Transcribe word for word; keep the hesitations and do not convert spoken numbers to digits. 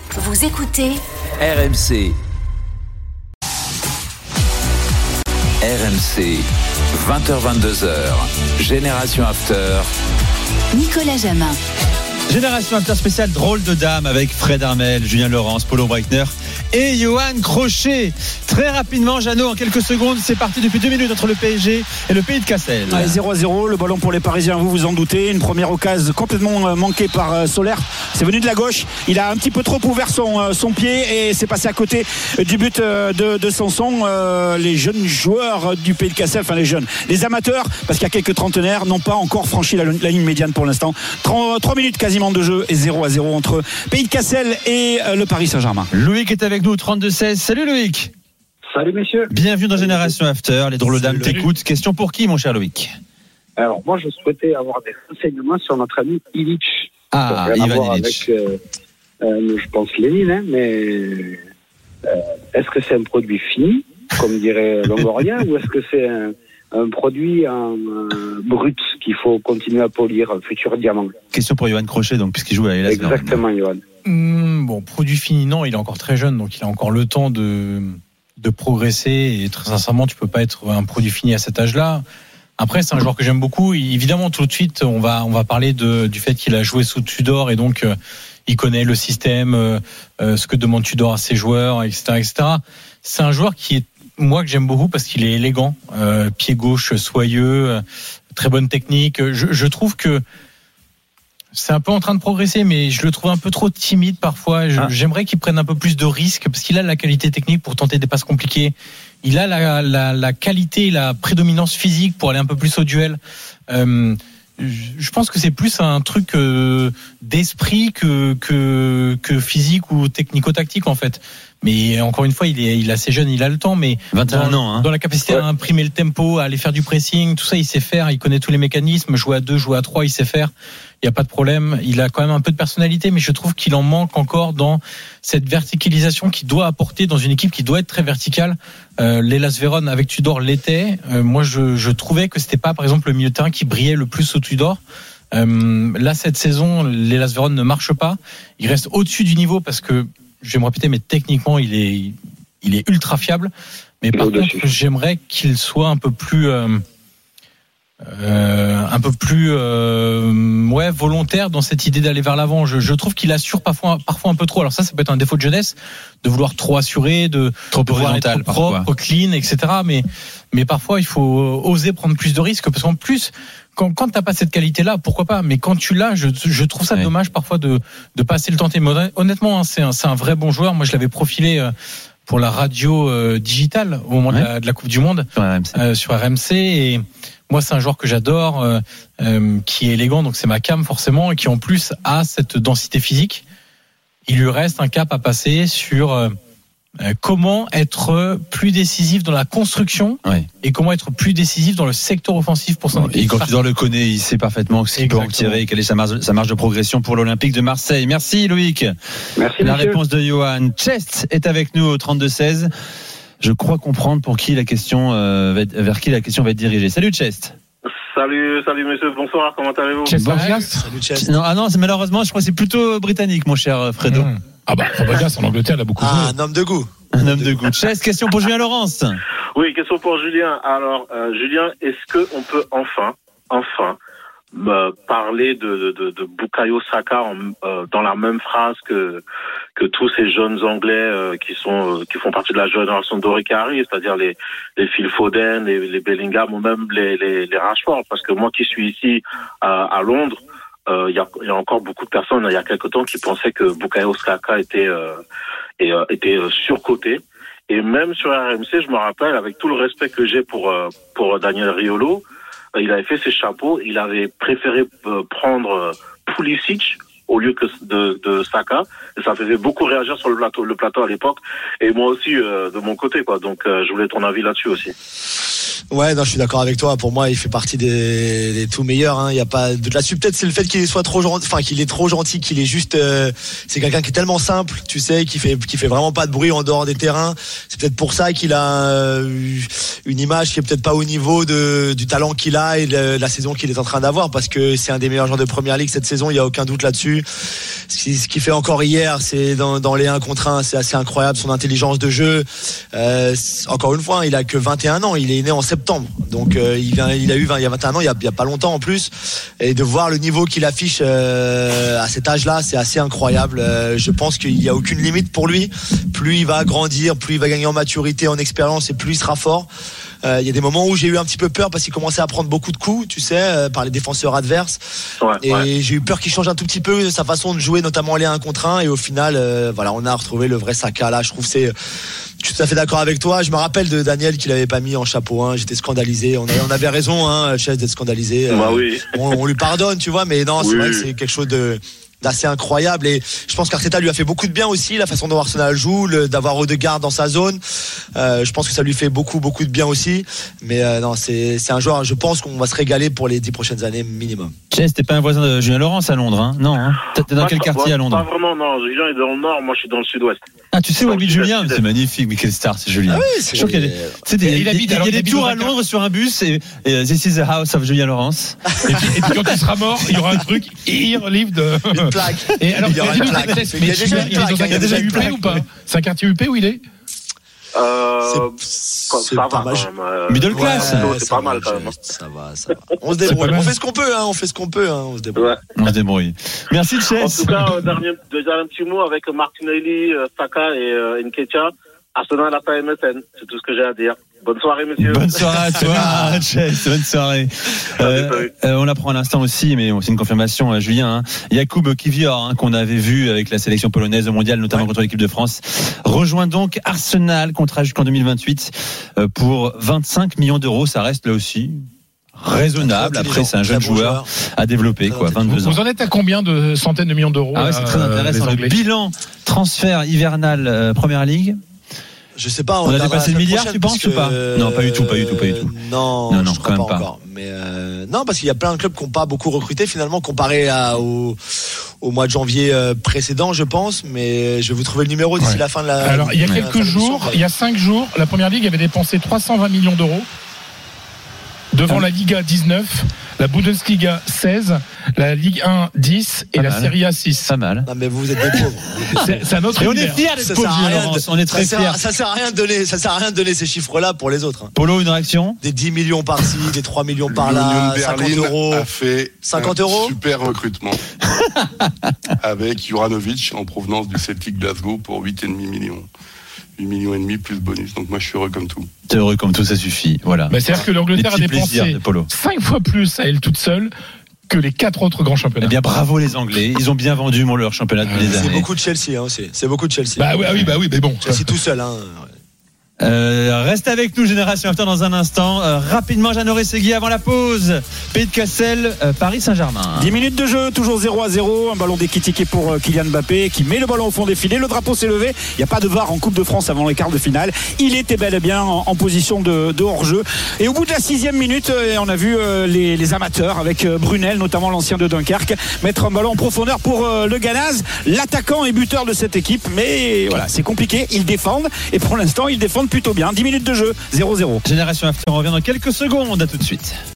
Vous écoutez R M C. R M C, vingt heures vingt-deux heures, Génération After. Nicolas Jamin. Génération After spéciale drôle de dame avec Fred Armel, Julien Laurence, Paulo Breitner et Johan Crochet. Très rapidement, Jeannot, en quelques secondes, c'est parti depuis deux minutes entre le P S G et le Pays de Cassel. Allez, zéro à zéro, le ballon pour les Parisiens, vous vous en doutez. Une première occasion complètement manquée par Soler. C'est venu de la gauche. Il a un petit peu trop ouvert son, son pied et c'est passé à côté du but de, de Sanson. Euh, les jeunes joueurs du Pays de Cassel, enfin les jeunes, les amateurs, parce qu'il y a quelques trentenaires, n'ont pas encore franchi la, la ligne médiane pour l'instant. trois minutes quasiment de jeu et zéro à zéro entre Pays de Cassel et le Paris Saint-Germain. Loïc est avec nous, trente-deux seize. Salut Loïc. Salut messieurs. Bienvenue dans Génération After. Les drôles dames t'écoutent. Question pour qui, mon cher Loïc? Alors moi, je souhaitais avoir des renseignements sur notre ami Illich. Ah, Ivan Illich. Avec, euh, euh, je pense Lénine, hein, mais euh, est-ce que c'est un produit fini, comme dirait Longoria, ou est-ce que c'est un, un produit en euh, brut qu'il faut continuer à polir, un futur diamant? Question pour Johan Crochet, donc, puisqu'il joue à Hellas. Exactement, Johan. Mmh, bon, produit fini, non, il est encore très jeune, donc il a encore le temps de, de progresser. Et très sincèrement, tu peux pas être un produit fini à cet âge-là. Après, c'est un joueur que j'aime beaucoup. Évidemment, tout de suite, on va on va parler de, du fait qu'il a joué sous Tudor et donc euh, il connaît le système, euh, ce que demande Tudor à ses joueurs, et cetera, et cetera. C'est un joueur qui est, moi, que j'aime beaucoup parce qu'il est élégant, euh, pied gauche soyeux, euh, très bonne technique. Je, je trouve que c'est un peu en train de progresser, mais je le trouve un peu trop timide parfois. Je, ah. J'aimerais qu'il prenne un peu plus de risques parce qu'il a la qualité technique pour tenter des passes compliquées. Il a la, la, la qualité, la prédominance physique pour aller un peu plus au duel. Euh, je pense que c'est plus un truc euh, d'esprit que, que, que physique ou technico-tactique en fait. Mais encore une fois, il est, il est assez jeune, il a le temps, mais vingt et un dans, ans, hein. dans la capacité ouais. à imprimer le tempo, à aller faire du pressing, tout ça, il sait faire. Il connaît tous les mécanismes. Jouer à deux, jouer à trois, il sait faire. Il n'y a pas de problème. Il a quand même un peu de personnalité, mais je trouve qu'il en manque encore dans cette verticalisation qu'il doit apporter dans une équipe qui doit être très verticale. Euh, l'Hellas Vérone avec Tudor l'était. Euh, moi, je, je trouvais que c'était pas, par exemple, le milieu de terrain qui brillait le plus au Tudor. Euh, là, cette saison, l'Hellas Vérone ne marche pas. Il reste au-dessus du niveau parce que, je vais me répéter, mais techniquement, il est, il est ultra fiable. Mais par contre, j'aimerais qu'il soit un peu plus, euh, euh, un peu plus, euh, ouais, volontaire dans cette idée d'aller vers l'avant. Je, je trouve qu'il assure parfois, parfois un peu trop. Alors ça, ça peut être un défaut de jeunesse, de vouloir trop assurer, de trop de vouloir être propre, parfois. clean, et cetera. Mais, mais parfois, il faut oser prendre plus de risques parce qu'en plus, quand, quand t'as pas cette qualité-là, pourquoi pas? Mais quand tu l'as, je, je trouve ça ouais. dommage parfois de, de passer le tenter. Mais honnêtement, hein, c'est un, c'est un vrai bon joueur. Moi, je l'avais profilé euh, pour la radio euh, digitale au moment ouais. de, la, de la Coupe du Monde sur R M C. Euh, sur R M C. Et moi, c'est un joueur que j'adore, euh, euh, qui est élégant, donc c'est ma cam forcément, et qui en plus a cette densité physique. Il lui reste un cap à passer sur euh, euh, comment être plus décisif dans la construction ouais. et comment être plus décisif dans le secteur offensif pour son équipe. Et quand Tudor le connaît, il sait parfaitement ce qu'il peut en tirer, quelle est sa marge, sa marge de progression pour l'Olympique de Marseille. Merci Loïc. Merci. La monsieur. réponse de Johan. Chest est avec nous au trente-deux seize. Je crois comprendre pour qui la question, euh, va être, vers qui la question va être dirigée. Salut Chest. Salut, salut monsieur, bonsoir, comment allez-vous? Chest Salut Chest. Non, ah non, c'est malheureusement, je crois que c'est plutôt britannique, mon cher Fredo. Mmh. Ah bah, Fabregas en Angleterre, il a beaucoup joué. Ah, un homme de goût. Un homme de goût. Chest, question pour Julien Laurence. Oui, question pour Julien. Alors, euh, Julien, est-ce que on peut enfin, enfin, euh, parler de, de, de Bukayo Saka en, euh, dans la même phrase que que tous ces jeunes Anglais euh, qui sont euh, qui font partie de la génération Doré Carré, c'est-à-dire les les Phil Foden, les, les Bellingham ou même les les, les Rashford, parce que moi qui suis ici à, à Londres, il euh, y, a, y a encore beaucoup de personnes il y a quelque temps qui pensaient que Bukayo Saka était euh, et, euh, était euh, surcoté. Et même sur R M C, je me rappelle, avec tout le respect que j'ai pour euh, pour Daniel Riolo, euh, il avait fait ses chapeaux, il avait préféré euh, prendre euh, Pulisic au lieu que de, de Saka, et ça faisait beaucoup réagir sur le plateau, le plateau à l'époque, et moi aussi euh, de mon côté, quoi. Donc, euh, je voulais ton avis là-dessus aussi. Ouais, non, je suis d'accord avec toi. Pour moi, il fait partie des, des tout meilleurs. Hein. Il y a pas de là-dessus. Peut-être c'est le fait qu'il soit trop gentil, enfin qu'il est trop gentil, qu'il est juste. Euh, c'est quelqu'un qui est tellement simple, tu sais, qui fait, qui fait vraiment pas de bruit en dehors des terrains. C'est peut-être pour ça qu'il a euh, une image qui est peut-être pas au niveau de du talent qu'il a et de la saison qu'il est en train d'avoir, parce que c'est un des meilleurs joueurs de Première Ligue cette saison. Il y a aucun doute là-dessus. Ce qu'il fait encore hier, c'est dans, dans les un contre un, c'est assez incroyable. Son intelligence de jeu. Euh, encore une fois, il a que vingt et un ans. Il est né en septembre, donc euh, il vient, il a eu vingt, il y a vingt et un ans, il y a, il y a pas longtemps en plus, et de voir le niveau qu'il affiche euh, à cet âge-là, c'est assez incroyable. Euh, je pense qu'il y a aucune limite pour lui. Plus il va grandir, plus il va gagner en maturité, en expérience, et plus il sera fort. Euh, il y a des moments où j'ai eu un petit peu peur parce qu'il commençait à prendre beaucoup de coups, tu sais, euh, par les défenseurs adverses. Ouais, et ouais. J'ai eu peur qu'il change un tout petit peu sa façon de jouer, notamment aller un contre un. Et au final, euh, voilà, on a retrouvé le vrai Saka là. Je trouve que c'est, je suis tout à fait d'accord avec toi. Je me rappelle de Daniel qui l'avait pas mis en chapeau un. J'étais scandalisé. On avait, on avait raison, hein, Chess, d'être scandalisé. Euh, bah oui. on, on lui pardonne, tu vois, mais non, c'est oui. vrai que c'est quelque chose de d'assez incroyable, et je pense qu'Arteta lui a fait beaucoup de bien aussi, la façon dont Arsenal joue, le, d'avoir Odegaard dans sa zone. Euh, je pense que ça lui fait beaucoup beaucoup de bien aussi, mais euh, non, c'est c'est un joueur, je pense qu'on va se régaler pour les dix prochaines années minimum. Chess, t'es pas un voisin de Julien Laurence à Londres, hein? Non, hein? T'es dans pas, quel pas, quartier pas, à Londres? Pas vraiment, non. Julien est dans le nord, moi je suis dans le sud-ouest. Ah, tu sais où habite Julien? C'est magnifique, mais quelle star, c'est Julien. Ah oui, c'est. Je qu'il y a des, c'est des, il, il, habite, il, il y a des tours à Londres sur un bus, et, et This is the house of Julien Laurence. Et puis, et puis quand il sera mort, il y aura un truc, here live de. Une plaque. Et alors, il y aura une plaque. Il y a déjà une plaque. Il y a déjà U P ou pas? C'est un quartier U P où il est? Euh, c'est, c'est ça pas va, mal. Euh, Middle class. Ouais, c'est pas mal quand même. Ça va, ça va. On se débrouille. On fait ce qu'on peut, hein. On fait ce qu'on peut, hein. On se débrouille. Ouais. On se débrouille. Merci, Chess. En tout cas, euh, dernier, déjà un petit mot avec Martinelli, euh, Saka et euh, Nketiah. Arsenal a pas M S N. C'est tout ce que j'ai à dire. Bonne soirée, messieurs. Bonne soirée à toi, Chess. Bonne soirée. Euh, euh, on l'apprend à l'instant aussi, mais c'est une confirmation, euh, Julien. Hein. Jakub Kiwior, hein, qu'on avait vu avec la sélection polonaise au mondial, notamment ouais. contre l'équipe de France, rejoint donc Arsenal, contrat jusqu'en deux mille vingt-huit, euh, pour vingt-cinq millions d'euros. Ça reste là aussi raisonnable. Après, c'est un jeune joueur, joueur à développer, quoi, vingt-deux ans. Vous en êtes à combien de centaines de millions d'euros? Ah ouais, c'est très intéressant. Euh, le bilan transfert hivernal euh, Première Ligue. Je sais pas. On, on a dépassé le milliard, tu penses ou pas? Non, pas du tout, pas du tout, pas du tout. Non, non, non, je quand même pas. Encore. Mais euh, non, parce qu'il y a plein de clubs qui n'ont pas beaucoup recruté finalement comparé à, au, au mois de janvier précédent, je pense. Mais je vais vous trouver le numéro d'ici ouais. la fin de la. Alors, il y a quelques jours, il y a cinq jours, la Première Ligue avait dépensé trois cent vingt millions d'euros devant ah. la Liga dix-neuf, la Bundesliga seize, la Ligue un dix et pas la mal. Serie A six. Pas mal. Non mais vous êtes des pauvres. c'est, c'est un autre. Et on est fiers d'être pauvres. On est très ça fiers. Sert, ça sert à rien de donner, ça sert à rien de donner ces chiffres-là pour les autres. Hein. Polo, une réaction? Des dix millions par-ci, des trois millions par-là, cinquante euros. A fait cinquante un euros. Super recrutement avec Juranovic en provenance du Celtic Glasgow pour huit virgule cinq millions. huit millions et demi plus bonus. Donc moi je suis heureux comme tout. T'es heureux comme tout, ça suffit. Voilà. Bah, c'est-à-dire que l'Angleterre a dépensé cinq fois plus à elle toute seule que les quatre autres grands championnats. Eh bien bravo les Anglais, ils ont bien vendu mon leur championnat depuis des c'est années. C'est beaucoup de Chelsea hein, aussi. C'est beaucoup de Chelsea. Bah oui, oui, bah oui, mais bon. Chelsea tout seul hein. Euh, reste avec nous Génération After dans un instant. Euh, rapidement Jeannot Rességui avant la pause. Pays de Cassel, euh, Paris Saint-Germain. dix minutes de jeu, toujours zéro à zéro. Un ballon d'équitiqué pour euh, Kylian Mbappé qui met le ballon au fond des filets. Le drapeau s'est levé. Il n'y a pas de V A R en Coupe de France avant les quarts de finale. Il était bel et bien en, en position de, de hors-jeu. Et au bout de la sixième minute, euh, on a vu euh, les, les amateurs avec euh, Brunel, notamment l'ancien de Dunkerque, mettre un ballon en profondeur pour euh, le Ganaz, l'attaquant et buteur de cette équipe. Mais voilà, c'est compliqué. Ils défendent. Et pour l'instant, ils défendent plutôt bien. dix minutes de jeu, zéro zéro. Génération After, on revient dans quelques secondes. À tout de suite.